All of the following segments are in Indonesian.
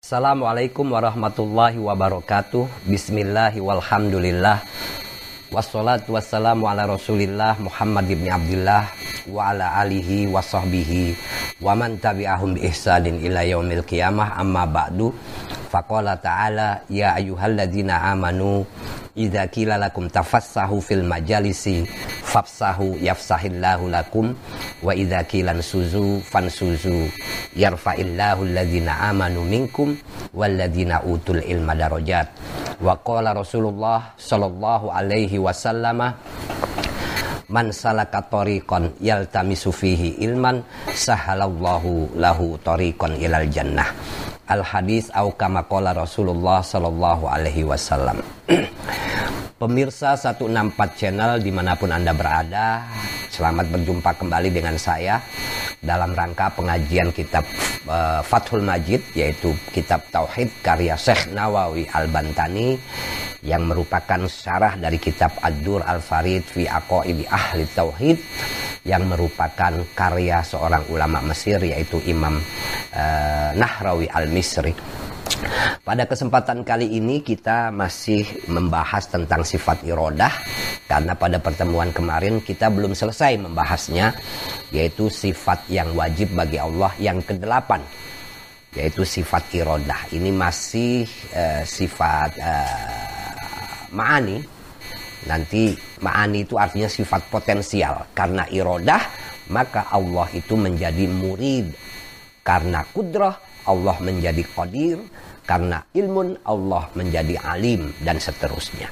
Assalamualaikum warahmatullahi wabarakatuh. Bismillahi walhamdulillah. Wassalatu wassalamu ala rasulillah Muhammad ibn Abdillah wa ala alihi wa sahbihi wa man tabi'ahum bi ihsanin ila yaumil qiyamah, amma ba'du. Faqala ta'ala ya ayyuhalladzina amanu idza qila lakum tafassahu fil majalisi fafsahu yafsahillahu lakum wa idza qila ansuzu fansuzu yarfa'illahu alladzina amanu minkum walladzina utul ilma darajat. Wa qala Rasulullah sallallahu alaihi wasallam man salaka tariqan yaltamisu fihi ilman sahalallahu lahu tariqan ilal jannah. Al hadis au kama qala Rasulullah sallallahu alaihi wasallam. Pemirsa 164 channel dimanapun Anda berada, selamat berjumpa kembali dengan saya dalam rangka pengajian kitab Fathul Majid, yaitu kitab Tauhid karya Syekh Nawawi Al-Bantani yang merupakan syarah dari kitab Ad-Dur Al-Farid fi Aqaidi Ahli Tauhid yang merupakan karya seorang ulama Mesir, yaitu Imam Nahrawi Al-Misri. Pada kesempatan kali ini kita masih membahas tentang sifat iradah, karena pada pertemuan kemarin kita belum selesai membahasnya, yaitu sifat yang wajib bagi Allah yang ke-8, yaitu sifat iradah. Ini masih sifat ma'ani. Nanti ma'ani itu artinya sifat potensial. Karena iradah maka Allah itu menjadi murid, karena kudrah Allah menjadi qadir, karena ilmun Allah menjadi alim, dan seterusnya.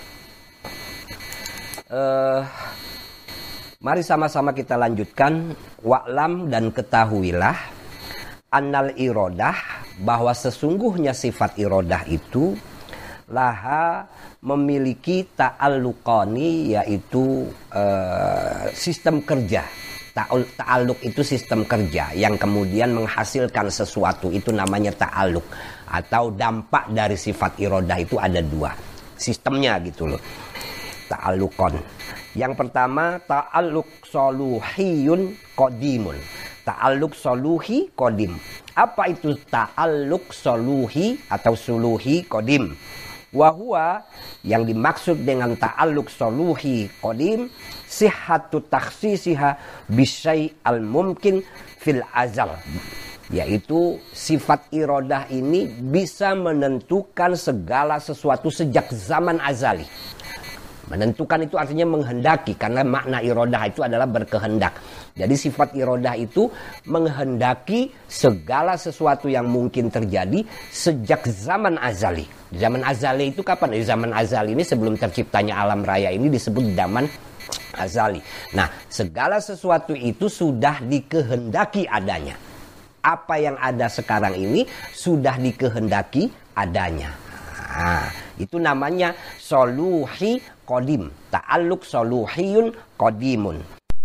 Mari sama-sama kita lanjutkan. Wa'lam, dan ketahuilah, annal iradah, bahwa sesungguhnya sifat iradah itu laha memiliki ta'alluqani, yaitu sistem kerja. Ta'alluq itu sistem kerja yang kemudian menghasilkan sesuatu, itu namanya ta'alluq. Atau dampak dari sifat iradah itu ada dua sistemnya gitu loh, ta'alluqon. Yang pertama ta'alluq soluhiyun qadimun. Ta'alluq soluhi qadim. Apa itu ta'alluq soluhi atau suluhi qadim? Wahua, yang dimaksud dengan ta'alluq soluhi qadim, sihhatu takhsisiha bisyai al-mumkin fil azal, yaitu sifat iradah ini bisa menentukan segala sesuatu sejak zaman azali. Menentukan itu artinya menghendaki, karena makna iradah itu adalah berkehendak. Jadi sifat iradah itu menghendaki segala sesuatu yang mungkin terjadi sejak zaman azali. Zaman azali itu kapan? Zaman azali ini sebelum terciptanya alam raya ini disebut zaman azali. Nah, segala sesuatu itu sudah dikehendaki adanya. Apa yang ada sekarang ini sudah dikehendaki adanya. Nah, itu namanya soluhi qadim. Ta'alluq soluhiyun qadimun.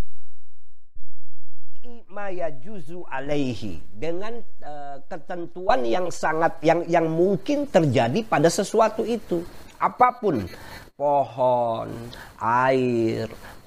Ma yajuzu alaihi, dengan ketentuan yang sangat yang mungkin terjadi pada sesuatu itu. Apapun, pohon, air,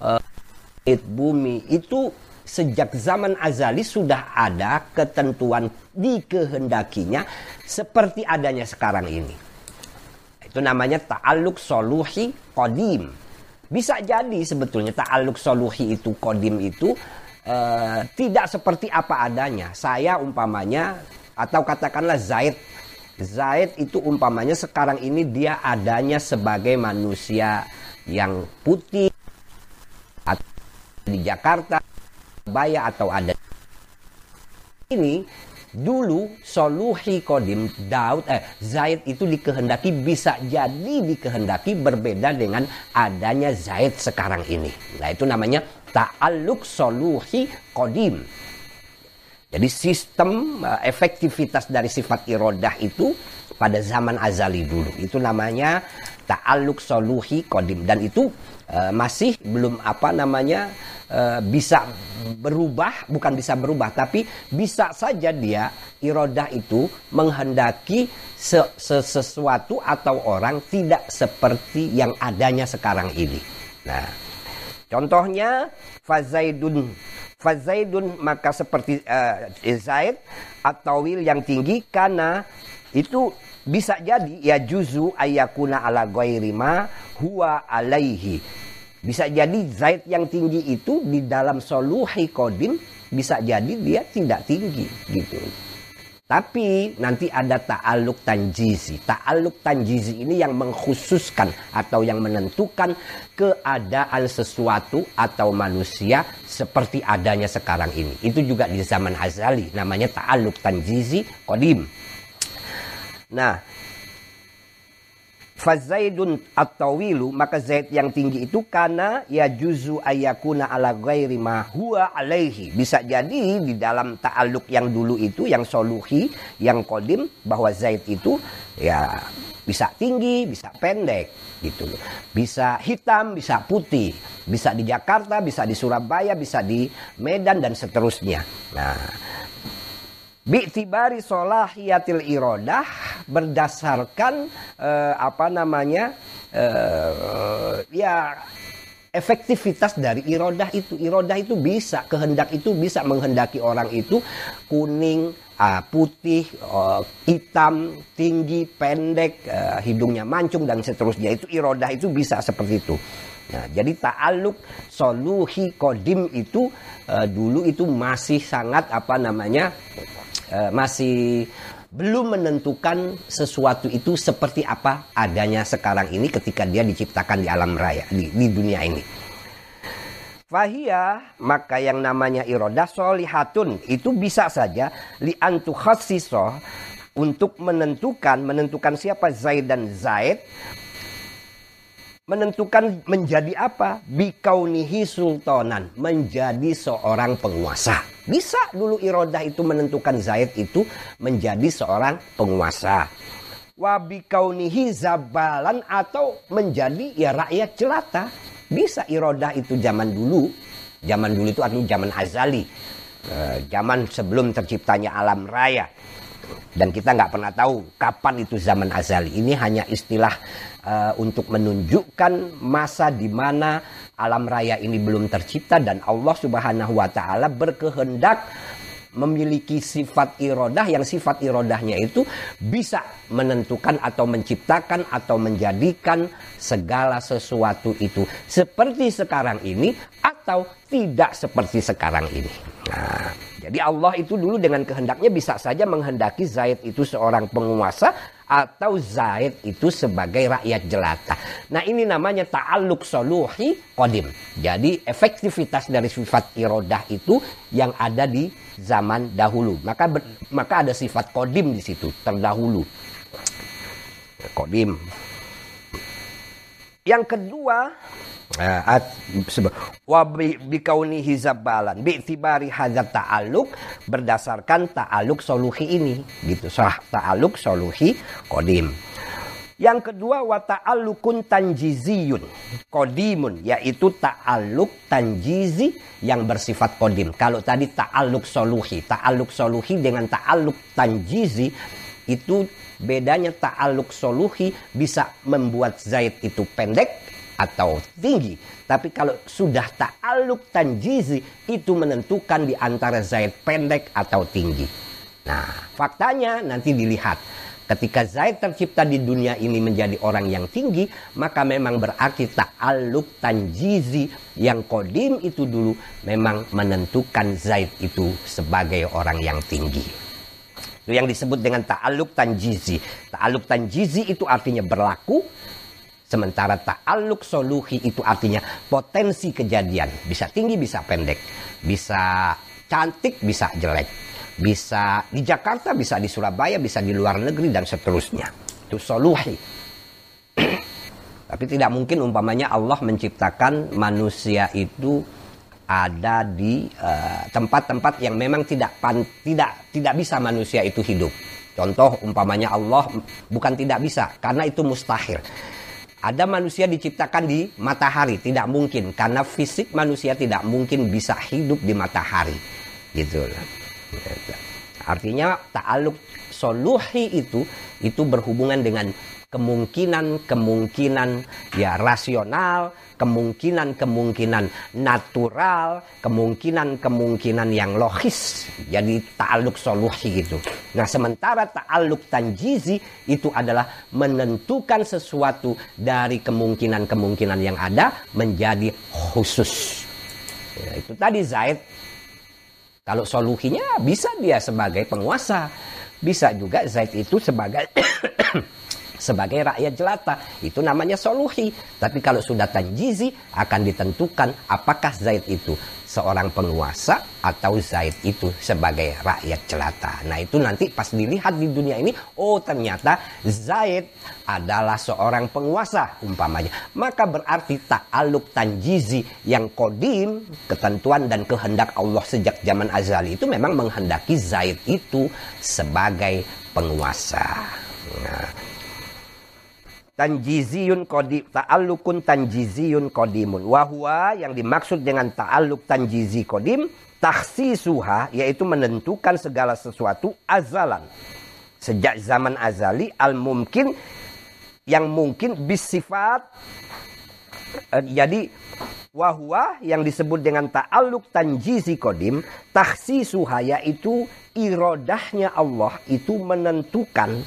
bumi, itu sejak zaman azali sudah ada ketentuan dikehendakinya seperti adanya sekarang ini. Itu namanya ta'alluq soluhi qadim. Bisa jadi sebetulnya ta'alluq soluhi itu qadim itu tidak seperti apa adanya. Saya umpamanya, atau katakanlah Zaid itu umpamanya sekarang ini dia adanya sebagai manusia yang putih di Jakarta, Surabaya, atau ada ini. Dulu soluhi qadim, Zaid itu dikehendaki, bisa jadi dikehendaki berbeda dengan adanya Zaid sekarang ini. Nah, itu namanya ta'alluq soluhi qadim. Jadi sistem efektivitas dari sifat iradah itu pada zaman azali dulu, itu namanya ta'alluq soluhi qadim. Dan itu masih belum bisa berubah, bukan bisa berubah, tapi bisa saja dia iradah itu menghendaki sesuatu atau orang tidak seperti yang adanya sekarang ini. Nah, contohnya fazaidun maka seperti Zaid atau wil yang tinggi, karena itu bisa jadi ya juzu ayakuna ala ghairi ma huwa alaihi. Bisa jadi zait yang tinggi itu di dalam soluhi qadim bisa jadi dia tidak tinggi gitu. Tapi nanti ada ta'alluq tanjizi. Ta'alluq tanjizi ini yang mengkhususkan atau yang menentukan keadaan sesuatu atau manusia seperti adanya sekarang ini. Itu juga di zaman azali namanya ta'alluq tanjizi qadim. Nah, fazaidun at-tawilu, maka zaid yang tinggi itu karena ya juzu ayakuna ala ghairi ma huwa alaihi. Bisa jadi di dalam ta'alluq yang dulu itu, yang soluhi, yang qadim, bahwa zaid itu ya bisa tinggi, bisa pendek gitu loh. Bisa hitam, bisa putih, bisa di Jakarta, bisa di Surabaya, bisa di Medan dan seterusnya. Nah, bi'tibari solahiyatil iradah, berdasarkan efektivitas dari iradah itu. Iradah itu bisa, kehendak itu bisa menghendaki orang itu kuning, putih, hitam, tinggi, pendek, hidungnya mancung dan seterusnya. Itu iradah itu bisa seperti itu. Nah, jadi ta'alluq soluhi qadim itu dulu itu masih sangat masih belum menentukan sesuatu itu seperti apa adanya sekarang ini ketika dia diciptakan di alam raya, di dunia ini. Fahiyah, maka yang namanya iradah solihatun itu bisa saja li antu khassisoh, untuk menentukan siapa Zaid dan Zaid, menentukan menjadi apa? Bikaunihi sultanan, menjadi seorang penguasa. Bisa dulu iradah itu menentukan Zaid itu menjadi seorang penguasa. Wa bikaunihi zabalan, atau menjadi ya rakyat jelata. Bisa iradah itu zaman dulu. Zaman dulu itu artinya zaman azali. Zaman sebelum terciptanya alam raya. Dan kita nggak pernah tahu kapan itu zaman azali. Ini hanya istilah untuk menunjukkan masa di mana alam raya ini belum tercipta dan Allah Subhanahu wa taala berkehendak memiliki sifat iradah, yang sifat iradahnya itu bisa menentukan atau menciptakan atau menjadikan segala sesuatu itu seperti sekarang ini atau tidak seperti sekarang ini. Nah, jadi Allah itu dulu dengan kehendaknya bisa saja menghendaki Zaid itu seorang penguasa atau Zaid itu sebagai rakyat jelata. Nah, ini namanya ta'alluq soluhi qadim. Jadi efektivitas dari sifat iradah itu yang ada di zaman dahulu. Maka ada sifat qadim di situ, terdahulu. Qadim. Yang kedua, wa bikaunihi zabalan bi'tibari hadzal ta'alluq, berdasarkan ta'alluq soluhi ini gitu. Ta'alluq soluhi qadim. Yang kedua, wa ta'alluqun tanjiziyun qadimun, yaitu ta'alluq tanjizi yang bersifat qadim. Kalau tadi ta'alluq soluhi dengan ta'alluq tanjizi itu bedanya. Ta'alluq soluhi bisa membuat Zaid itu pendek atau tinggi. Tapi kalau sudah ta'alluq tanjizi itu menentukan di antara Zaid pendek atau tinggi. Nah, faktanya nanti dilihat. Ketika Zaid tercipta di dunia ini menjadi orang yang tinggi, maka memang berarti ta'alluq tanjizi yang qadim itu dulu memang menentukan Zaid itu sebagai orang yang tinggi. Itu yang disebut dengan ta'alluq tanjizi. Ta'alluq tanjizi itu artinya berlaku. Sementara ta'alluq soluhi itu artinya potensi kejadian. Bisa tinggi, bisa pendek. Bisa cantik, bisa jelek. Bisa di Jakarta, bisa di Surabaya, bisa di luar negeri, dan seterusnya. Itu soluhi. Tapi tidak mungkin umpamanya Allah menciptakan manusia itu ada di tempat-tempat yang memang tidak bisa manusia itu hidup. Contoh umpamanya Allah bukan tidak bisa, karena itu mustahil. Ada manusia diciptakan di matahari, tidak mungkin, karena fisik manusia tidak mungkin bisa hidup di matahari, gitu. Artinya ta'alluq soluhi itu berhubungan dengan kemungkinan ya rasional, kemungkinan natural, kemungkinan yang logis. Jadi ta'alluq soluhi gitu. Nah, sementara ta'alluq tanjizi itu adalah menentukan sesuatu dari kemungkinan yang ada menjadi khusus. Ya, itu tadi Zaid. Kalau soluhinya bisa dia sebagai penguasa, bisa juga Zaid itu sebagai sebagai rakyat jelata, itu namanya soluhi. Tapi kalau sudah tanjizi akan ditentukan apakah Zaid itu seorang penguasa atau Zaid itu sebagai rakyat jelata. Nah, itu nanti pas dilihat di dunia ini, oh ternyata Zaid adalah seorang penguasa umpamanya. Maka berarti ta'alluq tanjizi yang qadim, ketentuan dan kehendak Allah sejak zaman azali itu memang menghendaki Zaid itu sebagai penguasa. Nah, tanjiziyun qadim, ta'alluqun tanjiziyun qadimun. Wahwa yang dimaksud dengan ta'alluq tanjizi qadim, takhsisuha yaitu menentukan segala sesuatu azalan. Sejak zaman azali al-mumkin yang mungkin bisifat. Jadi wahwa yang disebut dengan ta'alluq tanjizi qadim, takhsisuha yaitu iradahnya Allah itu menentukan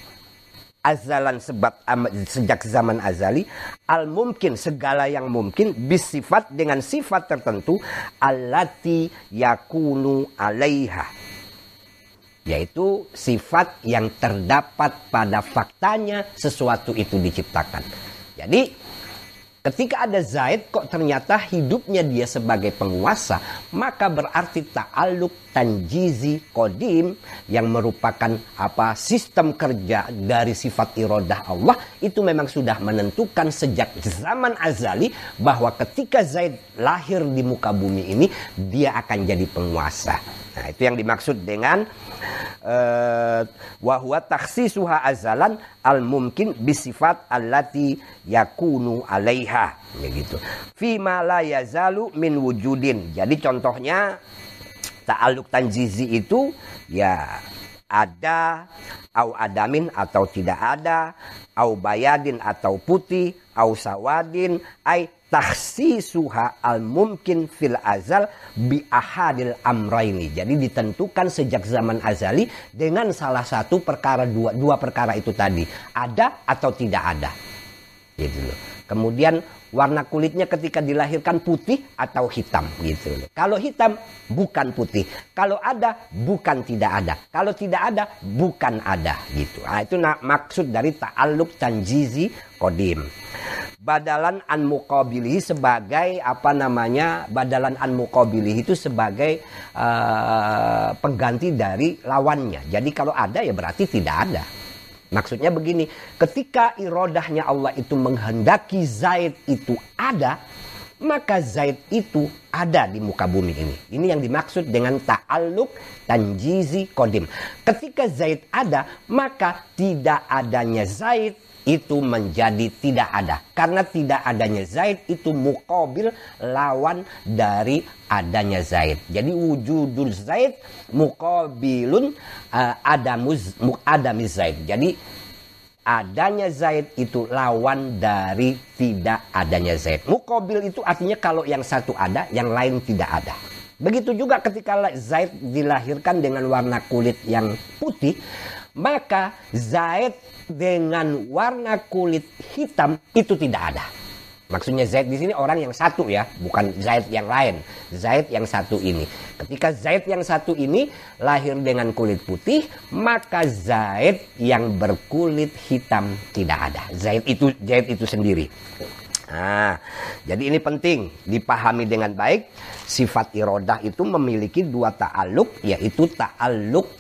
azalan sebab sejak zaman azali al-mumkin segala yang mungkin bisifat dengan sifat tertentu allati yakunu alaiha yaitu sifat yang terdapat pada faktanya sesuatu itu diciptakan. Jadi ketika ada Zaid kok ternyata hidupnya dia sebagai penguasa, maka berarti ta'alluq tanjizi qadim yang merupakan sistem kerja dari sifat iradah Allah itu memang sudah menentukan sejak zaman azali bahwa ketika Zaid lahir di muka bumi ini dia akan jadi penguasa. Nah, itu yang dimaksud dengan wa huwa takhsisuha azalan al-mumkin bisifat allati yakunu alaiha, begitu. Fi ma la yazalu min wujudin. Jadi contohnya ta'alluq tanjizi itu ya ada, au adamin atau tidak ada, au bayadin atau putih, au sawadin, ai takhsisuha al-mumkin fil azal bi ahadil amraini. Jadi ditentukan sejak zaman azali dengan salah satu perkara dua perkara itu tadi, ada atau tidak ada. Gitu loh. Kemudian warna kulitnya ketika dilahirkan putih atau hitam gitu loh. Kalau hitam bukan putih, kalau ada bukan tidak ada, kalau tidak ada bukan ada gitu. Nah, itu maksud dari ta'alluq tanjizi qadim. Badalan an muqabilihi sebagai badalan an muqabilihi itu sebagai pengganti dari lawannya. Jadi kalau ada ya berarti tidak ada. Maksudnya begini, ketika irodahnya Allah itu menghendaki Zaid itu ada, maka Zaid itu ada di muka bumi ini. Ini yang dimaksud dengan ta'alluq tanjizi qadim. Ketika Zaid ada, maka tidak adanya Zaid itu menjadi tidak ada. Karena tidak adanya Zaid itu muqabil lawan dari adanya Zaid. Jadi wujudul Zaid muqabilun adamiz Zaid. Jadi adanya Zaid itu lawan dari tidak adanya Zaid. Muqabil itu artinya kalau yang satu ada, yang lain tidak ada. Begitu juga ketika Zaid dilahirkan dengan warna kulit yang putih, maka Zaid dengan warna kulit hitam itu tidak ada. Maksudnya Zaid di sini orang yang satu ya, bukan Zaid yang lain. Zaid yang satu ini. Ketika Zaid yang satu ini lahir dengan kulit putih, maka Zaid yang berkulit hitam tidak ada. Zaid itu sendiri. Nah, jadi ini penting dipahami dengan baik. Sifat iradah itu memiliki dua ta'alluq, yaitu ta'alluq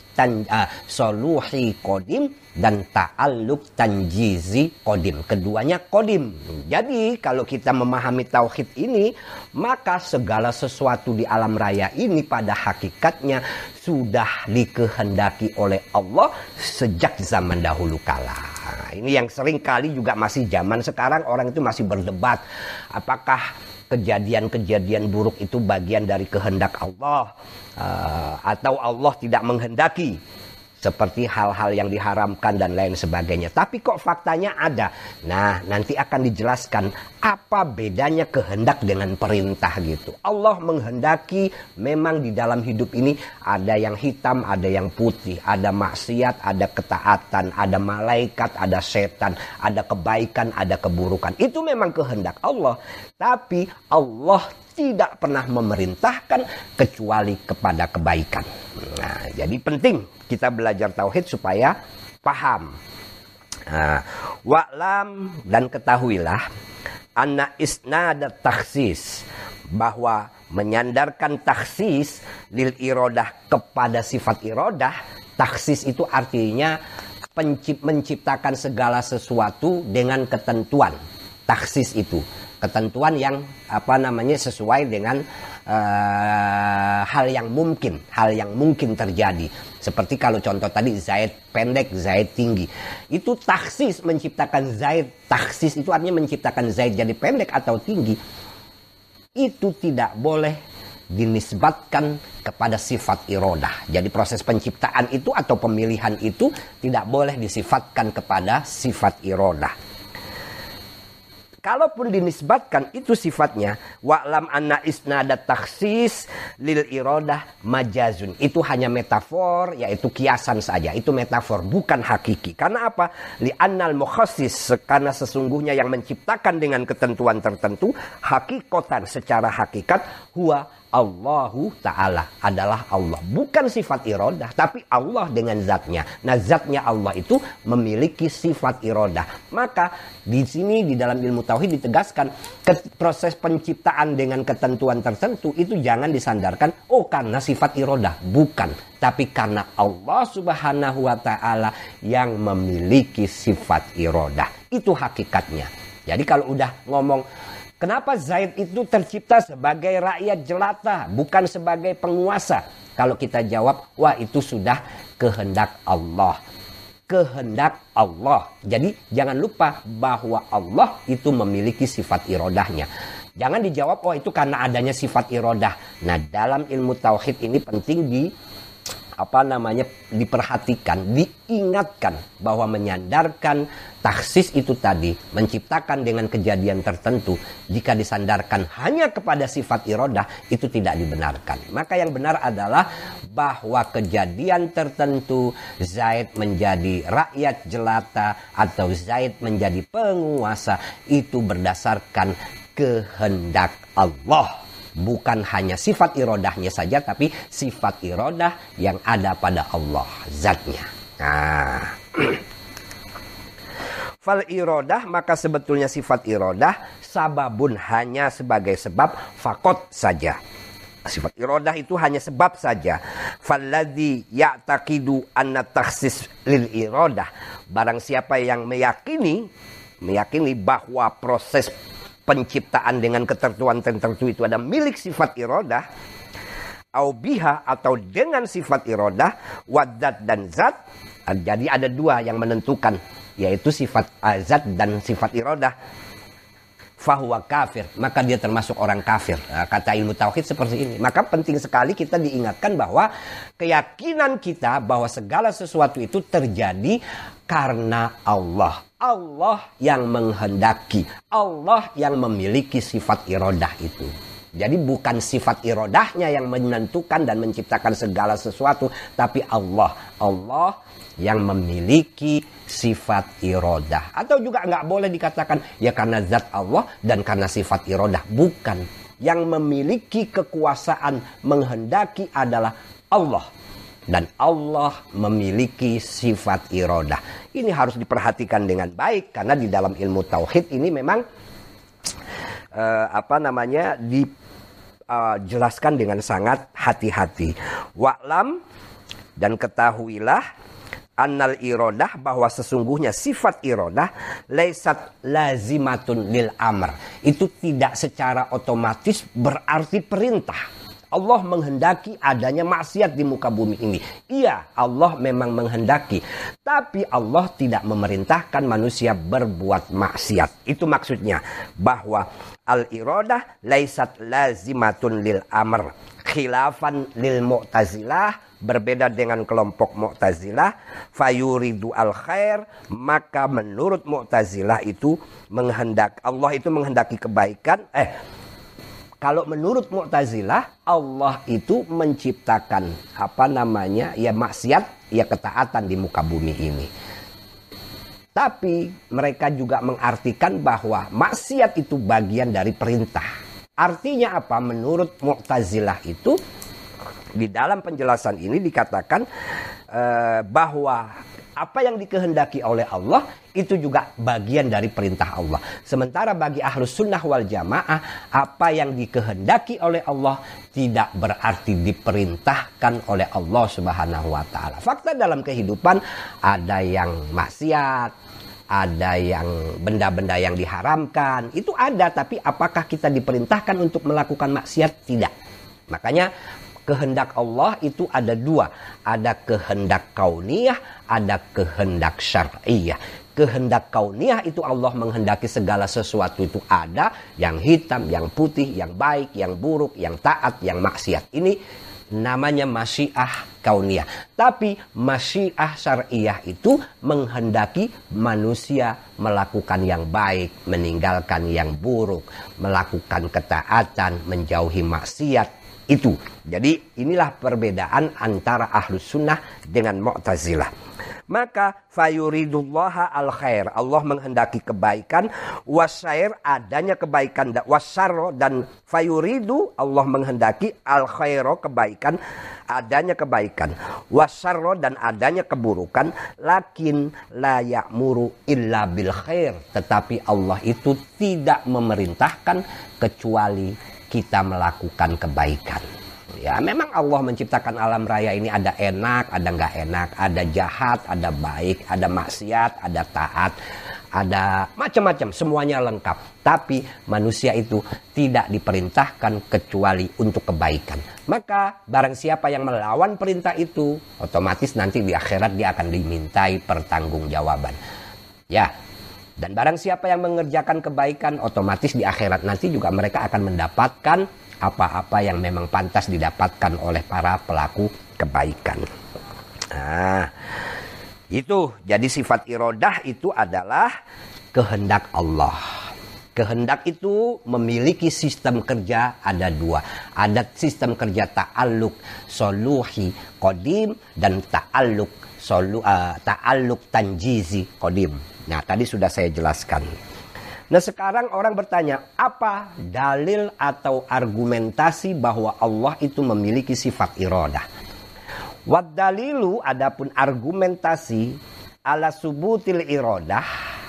soluhi qadim dan ta'alluq tanjizi qadim. Keduanya qadim. Jadi kalau kita memahami tauhid ini, maka segala sesuatu di alam raya ini pada hakikatnya sudah dikehendaki oleh Allah sejak zaman dahulu kala. Nah, ini yang sering kali juga masih zaman sekarang orang itu masih berdebat apakah kejadian-kejadian buruk itu bagian dari kehendak Allah atau Allah tidak menghendaki seperti hal-hal yang diharamkan dan lain sebagainya. Tapi kok faktanya ada? Nah, nanti akan dijelaskan apa bedanya kehendak dengan perintah gitu. Allah menghendaki memang di dalam hidup ini ada yang hitam, ada yang putih, ada maksiat, ada ketaatan, ada malaikat, ada setan, ada kebaikan, ada keburukan. Itu memang kehendak Allah. Tapi Allah tidak pernah memerintahkan kecuali kepada kebaikan. Nah, jadi penting kita belajar tauhid supaya paham. Nah, wa'lam, dan ketahuilah anna isnadat takhsis, bahwa menyandarkan takhsis lil irodah kepada sifat irodah. Takhsis itu artinya menciptakan segala sesuatu dengan ketentuan. Takhsis itu ketentuan yang sesuai dengan hal yang mungkin terjadi. Seperti kalau contoh tadi Zaid pendek, Zaid tinggi. Itu takhsis menciptakan Zaid. Takhsis itu artinya menciptakan Zaid jadi pendek atau tinggi. Itu tidak boleh dinisbatkan kepada sifat irodah. Jadi proses penciptaan itu atau pemilihan itu tidak boleh disifatkan kepada sifat irodah. Kalaupun dinisbatkan itu sifatnya, wa'lam anna isnadat takhsis lil irodah majazun. Itu hanya metafor, yaitu kiasan saja. Itu metafor, bukan hakiki. Karena apa? Li'annal mukhassis, karena sesungguhnya yang menciptakan dengan ketentuan tertentu, hakikotan secara hakikat, huwa Allahu Ta'ala, adalah Allah. Bukan sifat irodah, tapi Allah dengan zatnya. Nah, zatnya Allah itu memiliki sifat irodah. Maka di sini di dalam ilmu tauhid ditegaskan proses penciptaan dengan ketentuan tertentu itu jangan disandarkan karena sifat irodah. Bukan, tapi karena Allah Subhanahu wa Ta'ala yang memiliki sifat irodah. Itu hakikatnya. Jadi kalau udah ngomong kenapa Zaid itu tercipta sebagai rakyat jelata, bukan sebagai penguasa? Kalau kita jawab, wah itu sudah kehendak Allah. Kehendak Allah. Jadi jangan lupa bahwa Allah itu memiliki sifat irodahnya. Jangan dijawab, oh itu karena adanya sifat irodah. Nah, dalam ilmu tauhid ini penting diperhatikan, diingatkan bahwa menyandarkan takhsis itu tadi, menciptakan dengan kejadian tertentu, jika disandarkan hanya kepada sifat irodah, itu tidak dibenarkan. Maka yang benar adalah bahwa kejadian tertentu, Zaid menjadi rakyat jelata atau Zaid menjadi penguasa, itu berdasarkan kehendak Allah. Bukan hanya sifat irodahnya saja, tapi sifat irodah yang ada pada Allah, zatnya. Nah, fal irodah, maka sebetulnya sifat irodah sababun, hanya sebagai sebab, fakot saja. Sifat irodah itu hanya sebab saja. Falladzi ya'taqidu anna takhsis lil irodah, barang siapa yang meyakini bahwa proses penciptaan dengan ketentuan tertentu itu ada milik sifat irodah, au biha, atau dengan sifat irodah, wadzat dan zat. Jadi ada dua yang menentukan, yaitu sifat zat dan sifat irodah. Fahuwa kafir, maka dia termasuk orang kafir. Kata ilmu tauhid seperti ini. Maka penting sekali kita diingatkan bahwa keyakinan kita bahwa segala sesuatu itu terjadi karena Allah. Allah yang menghendaki, Allah yang memiliki sifat irodah itu. Jadi bukan sifat irodahnya yang menentukan dan menciptakan segala sesuatu, tapi Allah yang memiliki sifat irodah. Atau juga nggak boleh dikatakan ya karena zat Allah dan karena sifat irodah. Bukan. Yang memiliki kekuasaan menghendaki adalah Allah. Dan Allah memiliki sifat irodah. Ini harus diperhatikan dengan baik, karena di dalam ilmu tauhid ini memang dijelaskan dengan sangat hati-hati. Wa'lam, dan ketahuilah annal irodah, bahwa sesungguhnya sifat irodah laisat lazimatun lil amr. Itu tidak secara otomatis berarti perintah. Allah menghendaki adanya maksiat di muka bumi ini. Iya, Allah memang menghendaki. Tapi Allah tidak memerintahkan manusia berbuat maksiat. Itu maksudnya. Bahwa al-iradah laisat lazimatun lil amr. Khilafan lil mu'tazilah berbeda dengan kelompok Mu'tazilah, fayuridu al khair, maka menurut Mu'tazilah itu Allah itu menghendaki kebaikan. Kalau menurut Mu'tazilah, Allah itu menciptakan maksiat, ketaatan di muka bumi ini. Tapi mereka juga mengartikan bahwa maksiat itu bagian dari perintah. Artinya apa? Menurut Mu'tazilah itu, di dalam penjelasan ini dikatakan bahwa apa yang dikehendaki oleh Allah itu juga bagian dari perintah Allah. Sementara bagi Ahlus Sunnah wal Jamaah, apa yang dikehendaki oleh Allah tidak berarti diperintahkan oleh Allah Subhanahu wa taala. Fakta dalam kehidupan ada yang maksiat, ada yang benda-benda yang diharamkan, itu ada, tapi apakah kita diperintahkan untuk melakukan maksiat? Tidak. Makanya kehendak Allah itu ada dua. Ada kehendak kauniyah, ada kehendak syar'iyah. Kehendak kauniyah itu Allah menghendaki segala sesuatu itu ada. Yang hitam, yang putih, yang baik, yang buruk, yang taat, yang maksiat. Ini namanya masyiah kauniyah. Tapi masyiah syar'iyah itu menghendaki manusia melakukan yang baik, meninggalkan yang buruk, melakukan ketaatan, menjauhi maksiat. Itu. Jadi inilah perbedaan antara Ahlus Sunnah dengan Mu'tazilah. Maka fayuridullaha al khair, Allah menghendaki kebaikan, wasyair adanya kebaikan, wasyarro, dan fayuridu Allah menghendaki al khairo kebaikan, adanya kebaikan, wasyarro dan adanya keburukan, lakin la ya'muru illa bil khair, tetapi Allah itu tidak memerintahkan kecuali kita melakukan kebaikan. Ya, memang Allah menciptakan alam raya ini ada enak, ada nggak enak, ada jahat, ada baik, ada maksiat, ada taat, ada macam-macam, semuanya lengkap. Tapi manusia itu tidak diperintahkan kecuali untuk kebaikan. Maka barang siapa yang melawan perintah itu, otomatis nanti di akhirat dia akan dimintai pertanggungjawaban. Ya. Dan barang siapa yang mengerjakan kebaikan, otomatis di akhirat nanti juga mereka akan mendapatkan apa-apa yang memang pantas didapatkan oleh para pelaku kebaikan. Nah, itu. Jadi sifat irodah itu adalah kehendak Allah. Kehendak itu memiliki sistem kerja ada dua. Ada sistem kerja ta'alluq soluhi qadim dan ta'alluq tanjizi qadim. Nah, tadi sudah saya jelaskan. Nah, sekarang orang bertanya, apa dalil atau argumentasi bahwa Allah itu memiliki sifat iradah? Wad dalilu, adapun argumentasi ala subutil iradah,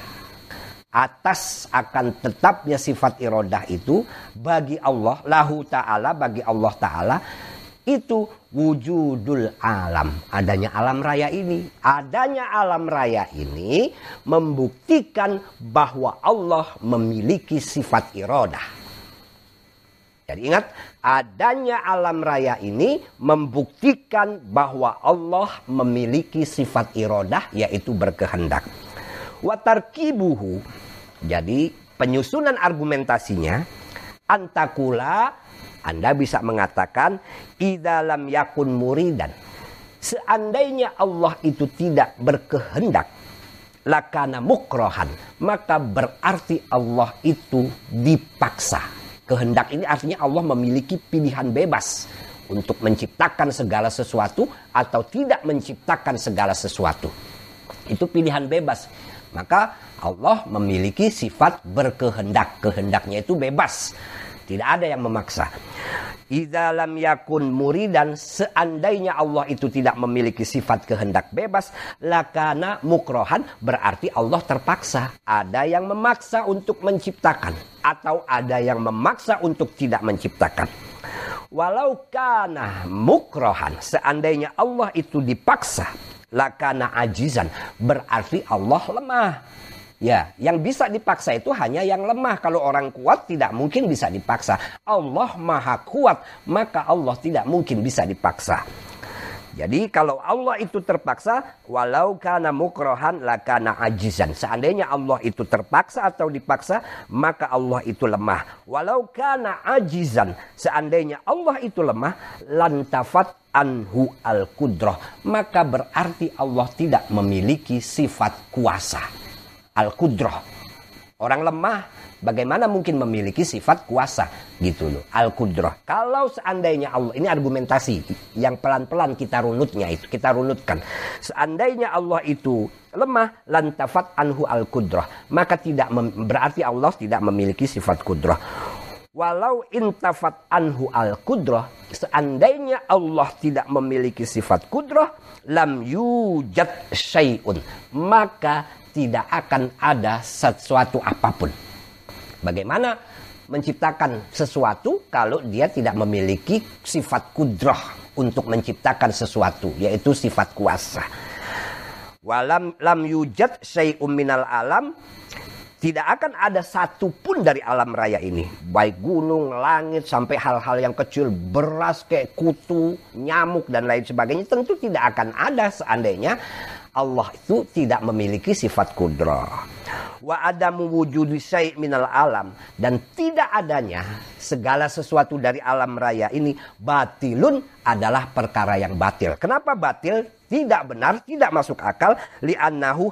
atas akan tetapnya sifat iradah itu bagi Allah, lahu ta'ala, bagi Allah ta'ala, itu wujudul alam, adanya alam raya ini. Adanya alam raya ini membuktikan bahwa Allah memiliki sifat iradah. Jadi ingat, adanya alam raya ini membuktikan bahwa Allah memiliki sifat iradah, yaitu berkehendak. Wa tarkibuhu, jadi penyusunan argumentasinya, antakula, Anda bisa mengatakan idza lam yakun muridan, seandainya Allah itu tidak berkehendak, lakana mukrohan, maka berarti Allah itu dipaksa. Kehendak ini artinya Allah memiliki pilihan bebas untuk menciptakan segala sesuatu atau tidak menciptakan segala sesuatu. Itu pilihan bebas. Maka Allah memiliki sifat berkehendak. Kehendaknya itu bebas. Tidak ada yang memaksa. Idza lam yakun muridan, seandainya Allah itu tidak memiliki sifat kehendak bebas, lakana mukrohan, berarti Allah terpaksa. Ada yang memaksa untuk menciptakan, atau ada yang memaksa untuk tidak menciptakan. Walau kana mukrohan, seandainya Allah itu dipaksa, lakana ajizan, berarti Allah lemah. Ya, yang bisa dipaksa itu hanya yang lemah. Kalau orang kuat tidak mungkin bisa dipaksa. Allah maha kuat, maka Allah tidak mungkin bisa dipaksa. Jadi kalau Allah itu terpaksa, walau kana mukrohan lakana ajizan. Seandainya Allah itu terpaksa atau dipaksa, maka Allah itu lemah. Walau kana ajizan, seandainya Allah itu lemah, lantafat anhu al-qudrah. Maka berarti Allah tidak memiliki sifat kuasa. Al-qudrah. Orang lemah bagaimana mungkin memiliki sifat kuasa gitu loh. Al-Qudrah. Kalau seandainya Allah, ini argumentasi yang pelan-pelan kita runutkan. Seandainya Allah itu lemah, lantafat anhu al-Qudrah, maka berarti Allah tidak memiliki sifat kudrah. Walau intafat anhu al-Qudrah, seandainya Allah tidak memiliki sifat kudrah, lam yujad syai'un, maka tidak akan ada sesuatu apapun. Bagaimana menciptakan sesuatu kalau dia tidak memiliki sifat kudrah untuk menciptakan sesuatu, yaitu sifat kuasa. Walam lam yujad syai'um minal alam, tidak akan ada satupun dari alam raya ini, baik gunung, langit, sampai hal-hal yang kecil, beras kayak kutu, nyamuk dan lain sebagainya, tentu tidak akan ada seandainya Allah itu tidak memiliki sifat kudrah. Wa adamu wujudi syai' minal alam, dan tidak adanya segala sesuatu dari alam raya ini batilun, adalah perkara yang batil. Kenapa batil? Tidak benar, tidak masuk akal. Li'annahu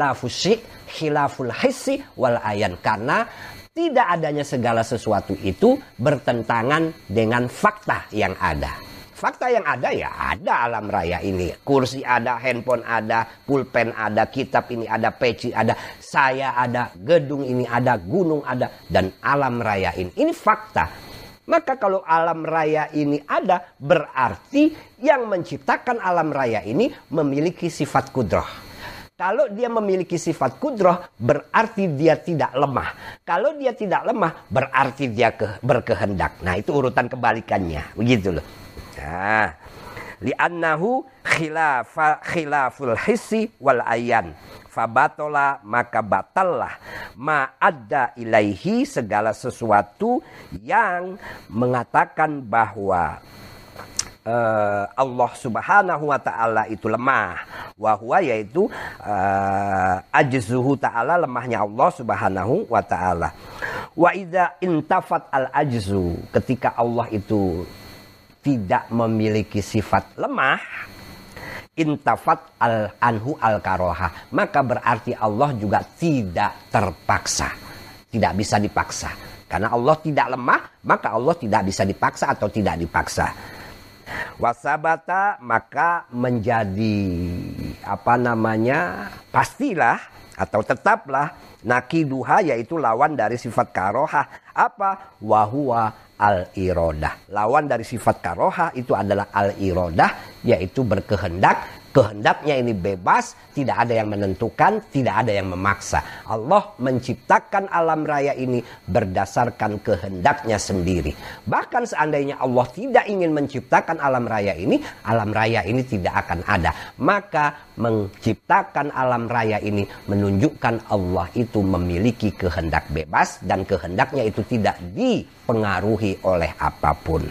khilaful hissi wal ayan, karena tidak adanya segala sesuatu itu bertentangan dengan fakta yang ada. Fakta yang ada ya ada alam raya ini. Kursi ada, handphone ada, pulpen ada, kitab ini ada, peci ada, saya ada, gedung ini ada, gunung ada, dan alam raya ini. Ini fakta. Maka kalau alam raya ini ada, berarti yang menciptakan alam raya ini memiliki sifat kudrah. Kalau dia memiliki sifat kudrah, berarti dia tidak lemah. Kalau dia tidak lemah, berarti dia berkehendak. Nah, itu urutan kebalikannya. Begitu loh. Nah, li'annahu khilaful hissi wal ayan, fabatola, maka batallah ma'adda ilaihi, segala sesuatu yang mengatakan bahwa Allah subhanahu wa ta'ala itu lemah. Wahuwa, yaitu ajzuhu ta'ala, lemahnya Allah subhanahu wa ta'ala. Wa idza intafat al ajzu, ketika Allah itu tidak memiliki sifat lemah, intafat anhu al-karoha, maka berarti Allah juga tidak terpaksa, tidak bisa dipaksa. Karena Allah tidak lemah, maka Allah tidak bisa dipaksa atau tidak dipaksa. Wasabata, maka menjadi pastilah atau tetaplah nakiduha, yaitu lawan dari sifat karoha. Apa? Wahuwa al-irodah. Lawan dari sifat karoha itu adalah al-irodah, yaitu berkehendak. Kehendaknya ini bebas, tidak ada yang menentukan, tidak ada yang memaksa. Allah menciptakan alam raya ini berdasarkan kehendaknya sendiri. Bahkan seandainya Allah tidak ingin menciptakan alam raya ini tidak akan ada. Maka menciptakan alam raya ini menunjukkan Allah itu memiliki kehendak bebas, dan kehendaknya itu tidak dipengaruhi oleh apapun.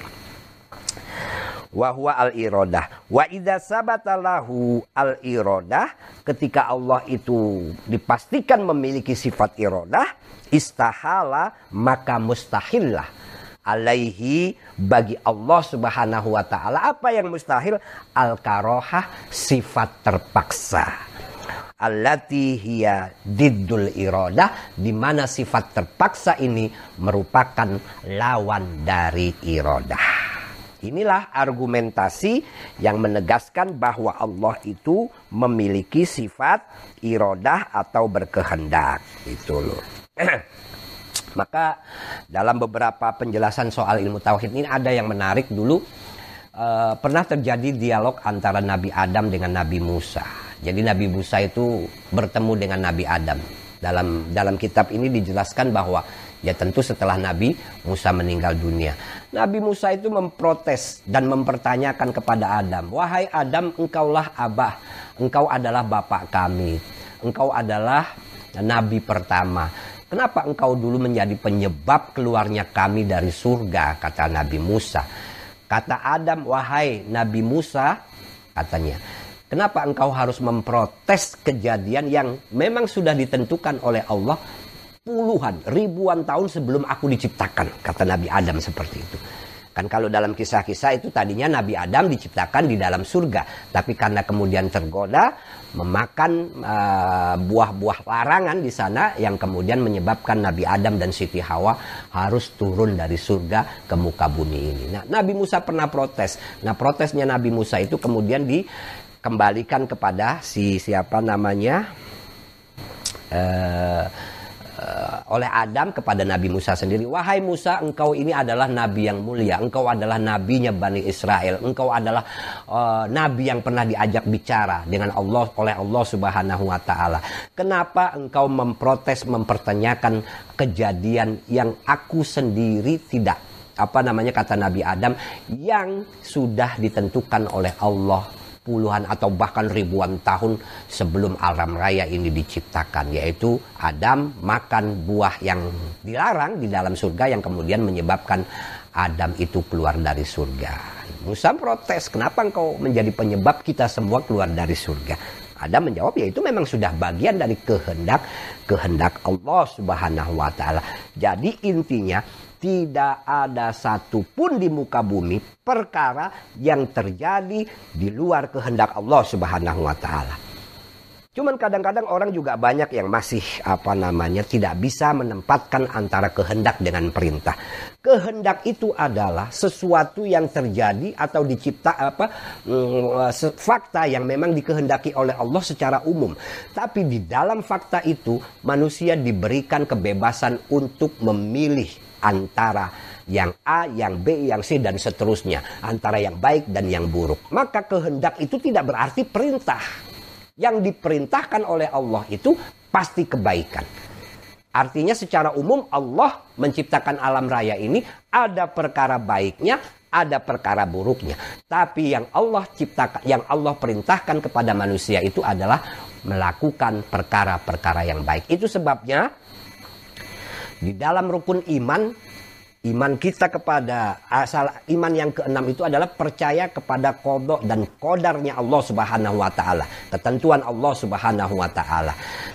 Wa huwa al-iradah. Wa idza sabata lahu al-iradah, ketika Allah itu dipastikan memiliki sifat iradah, istahala, maka mustahillah alaihi, bagi Allah subhanahu wa ta'ala. Apa yang mustahil? Al-karohah, sifat terpaksa. Allati hiya diddul iradah, di mana sifat terpaksa ini merupakan lawan dari iradah. Inilah argumentasi yang menegaskan bahwa Allah itu memiliki sifat iradah atau berkehendak. Itu loh. Maka dalam beberapa penjelasan soal ilmu tauhid ini ada yang menarik dulu. Pernah terjadi dialog antara Nabi Adam dengan Nabi Musa. Jadi Nabi Musa itu bertemu dengan Nabi Adam. Dalam kitab ini dijelaskan bahwa ya tentu setelah Nabi Musa meninggal dunia, Nabi Musa itu memprotes dan mempertanyakan kepada Adam, wahai Adam, engkaulah abah, engkau adalah bapak kami, engkau adalah nabi pertama. Kenapa engkau dulu menjadi penyebab keluarnya kami dari surga, kata Nabi Musa. Kata Adam, wahai Nabi Musa, katanya. Kenapa engkau harus memprotes kejadian yang memang sudah ditentukan oleh Allah puluhan, ribuan tahun sebelum aku diciptakan, kata Nabi Adam seperti itu. Kan kalau dalam kisah-kisah itu tadinya Nabi Adam diciptakan di dalam surga, tapi karena kemudian tergoda memakan buah-buah larangan di sana yang kemudian menyebabkan Nabi Adam dan Siti Hawa harus turun dari surga ke muka bumi ini. Nah, Nabi Musa pernah protes. Nah, protesnya Nabi Musa itu kemudian dikembalikan kepada oleh Adam kepada Nabi Musa sendiri. Wahai Musa, engkau ini adalah nabi yang mulia, engkau adalah nabinya Bani Israel, engkau adalah nabi yang pernah diajak bicara dengan Allah oleh Allah Subhanahu wa taala. Kenapa engkau memprotes, mempertanyakan kejadian yang aku sendiri tidak, kata Nabi Adam, yang sudah ditentukan oleh Allah puluhan atau bahkan ribuan tahun sebelum alam raya ini diciptakan, yaitu Adam makan buah yang dilarang di dalam surga yang kemudian menyebabkan Adam itu keluar dari surga. Musa protes, kenapa engkau menjadi penyebab kita semua keluar dari surga? Adam menjawab, ya itu memang sudah bagian dari kehendak Allah Subhanahu wa taala. Jadi intinya tidak ada satupun di muka bumi perkara yang terjadi di luar kehendak Allah Subhanahu wa taala. Cuman kadang-kadang orang juga banyak yang masih tidak bisa menempatkan antara kehendak dengan perintah. Kehendak itu adalah sesuatu yang terjadi atau fakta yang memang dikehendaki oleh Allah secara umum. Tapi di dalam fakta itu manusia diberikan kebebasan untuk memilih antara yang A, yang B, yang C, dan seterusnya. Antara yang baik dan yang buruk. Maka kehendak itu tidak berarti perintah. Yang diperintahkan oleh Allah itu pasti kebaikan. Artinya secara umum Allah menciptakan alam raya ini ada perkara baiknya, ada perkara buruknya. Tapi yang Allah ciptakan, yang Allah perintahkan kepada manusia itu adalah melakukan perkara-perkara yang baik. Itu sebabnya di dalam rukun iman kita kepada iman yang keenam itu adalah percaya kepada qada dan qadarnya Allah Subhanahu wa taala, ketentuan Allah Subhanahu wa taala.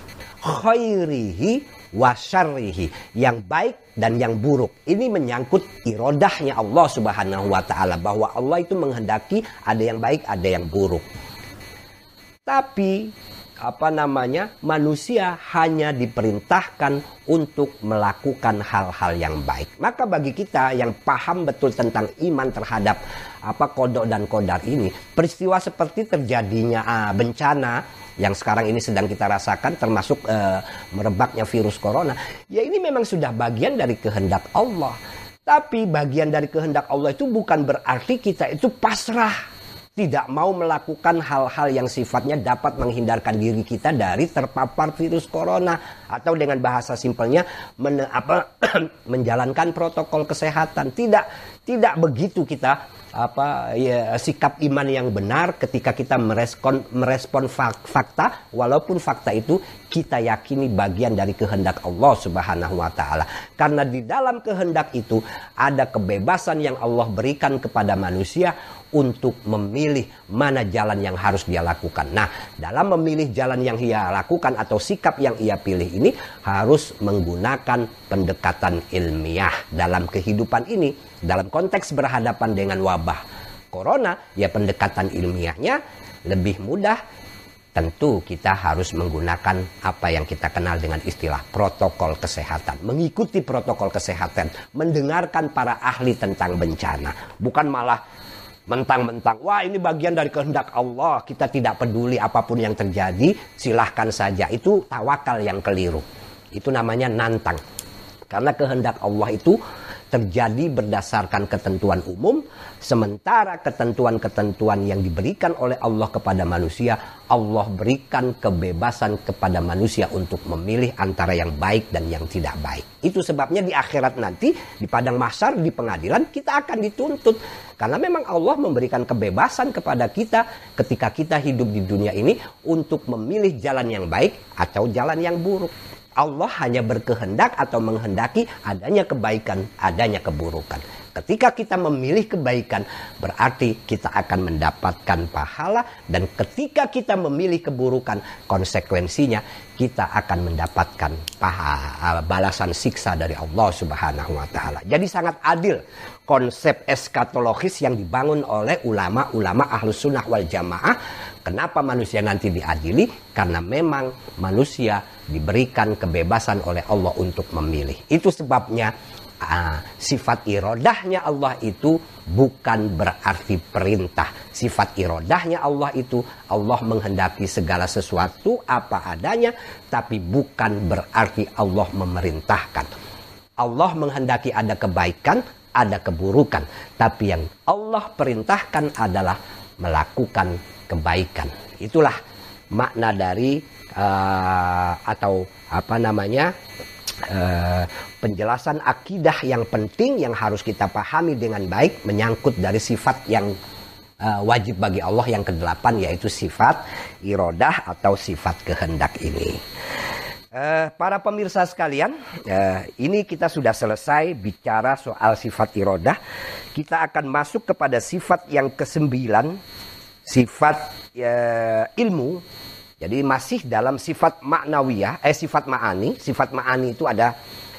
Khairihi wa syarrihi, yang baik dan yang buruk. Ini menyangkut irodahnya Allah Subhanahu wa taala, bahwa Allah itu menghendaki ada yang baik, ada yang buruk. Tapi manusia hanya diperintahkan untuk melakukan hal-hal yang baik. Maka bagi kita yang paham betul tentang iman terhadap qada dan qadar ini, peristiwa seperti terjadinya bencana yang sekarang ini sedang kita rasakan, termasuk merebaknya virus corona, ya ini memang sudah bagian dari kehendak Allah. Tapi bagian dari kehendak Allah itu bukan berarti kita itu pasrah, tidak mau melakukan hal-hal yang sifatnya dapat menghindarkan diri kita dari terpapar virus corona, atau dengan bahasa simpelnya menjalankan protokol kesehatan. Tidak begitu kita sikap iman yang benar ketika kita merespon fakta, walaupun fakta itu kita yakini bagian dari kehendak Allah Subhanahu wa taala. Karena di dalam kehendak itu ada kebebasan yang Allah berikan kepada manusia untuk memilih mana jalan yang harus dia lakukan. Nah, dalam memilih jalan yang ia lakukan atau sikap yang ia pilih ini harus menggunakan pendekatan ilmiah dalam kehidupan ini. Dalam konteks berhadapan dengan wabah corona, ya pendekatan ilmiahnya lebih mudah. Tentu kita harus menggunakan apa yang kita kenal dengan istilah protokol kesehatan. Mengikuti protokol kesehatan, mendengarkan para ahli tentang bencana. Bukan malah mentang-mentang, wah ini bagian dari kehendak Allah, kita tidak peduli apapun yang terjadi, silahkan saja. Itu tawakal yang keliru. Itu namanya nantang. Karena kehendak Allah itu terjadi berdasarkan ketentuan umum, sementara ketentuan-ketentuan yang diberikan oleh Allah kepada manusia, Allah berikan kebebasan kepada manusia untuk memilih antara yang baik dan yang tidak baik. Itu sebabnya di akhirat nanti, di padang mahsyar, di pengadilan, kita akan dituntut. Karena memang Allah memberikan kebebasan kepada kita ketika kita hidup di dunia ini untuk memilih jalan yang baik atau jalan yang buruk. Allah hanya berkehendak atau menghendaki adanya kebaikan, adanya keburukan. Ketika kita memilih kebaikan, berarti kita akan mendapatkan pahala. Dan ketika kita memilih keburukan, konsekuensinya kita akan mendapatkan balasan siksa dari Allah Subhanahu wa Ta'ala. Jadi sangat adil konsep eskatologis yang dibangun oleh ulama-ulama Ahlus Sunnah wal Jamaah. Kenapa manusia nanti diadili? Karena memang manusia diberikan kebebasan oleh Allah untuk memilih. Itu sebabnya sifat irodahnya Allah itu bukan berarti perintah. Sifat irodahnya Allah itu Allah menghendaki segala sesuatu apa adanya, tapi bukan berarti Allah memerintahkan. Allah menghendaki ada kebaikan, ada keburukan, tapi yang Allah perintahkan adalah melakukan kebaikan. Itulah makna dari penjelasan akidah yang penting yang harus kita pahami dengan baik, menyangkut dari sifat yang wajib bagi Allah yang ke-8, yaitu sifat irodah atau sifat kehendak ini. Para pemirsa sekalian, ini kita sudah selesai bicara soal sifat irodah. Kita akan masuk kepada sifat yang ke-9, sifat ilmu. Jadi masih dalam sifat maknawiyah, sifat ma'ani. Sifat ma'ani itu ada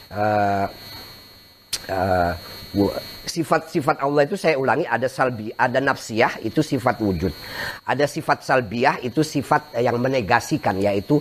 sifat-sifat Allah itu, saya ulangi, ada salbi, ada nafsiyah, itu sifat wujud. Ada sifat salbiyah, itu sifat yang menegasikan, yaitu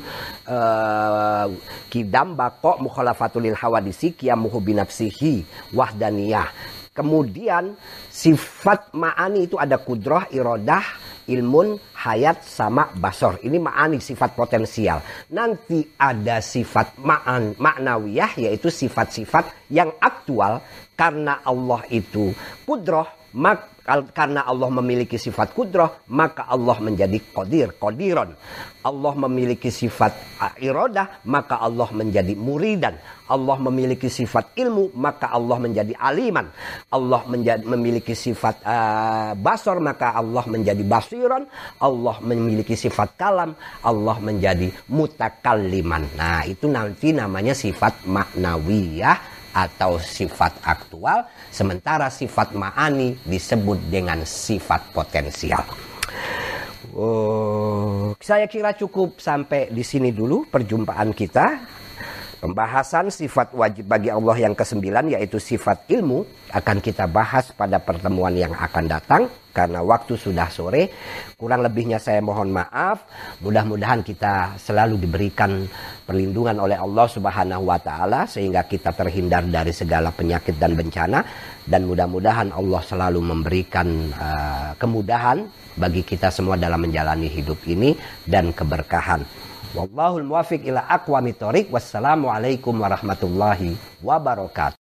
kidam bako mukhalafatulil hawadisi kiamuhu binafsihi wahdaniyah. Kemudian sifat ma'ani itu ada kudrah, irodah, ilmun, hayat, sama basor. Ini ma'ani, sifat potensial. Nanti ada sifat maknawiyah, yaitu sifat-sifat yang aktual. Karena Allah itu kudrah, karena Allah memiliki sifat kudrah, maka Allah menjadi qadiron. Allah memiliki sifat irodah, maka Allah menjadi muridan. Allah memiliki sifat ilmu, maka Allah menjadi aliman. Allah memiliki sifat basor, maka Allah menjadi basiron. Allah memiliki sifat kalam, Allah menjadi mutakalliman. Nah, itu nanti namanya sifat maknawiyah atau sifat aktual, sementara sifat ma'ani disebut dengan sifat potensial. Saya kira cukup sampai di sini dulu perjumpaan kita. Pembahasan sifat wajib bagi Allah yang ke-9, yaitu sifat ilmu, akan kita bahas pada pertemuan yang akan datang. Karena waktu sudah sore, kurang lebihnya saya mohon maaf. Mudah-mudahan kita selalu diberikan perlindungan oleh Allah Subhanahu wa Ta'ala, sehingga kita terhindar dari segala penyakit dan bencana. Dan mudah-mudahan Allah selalu memberikan kemudahan bagi kita semua dalam menjalani hidup ini dan keberkahan. Wallahul muwaffiq ila aqwamit thoriq. Wassalamualaikum warahmatullahi wabarakatuh.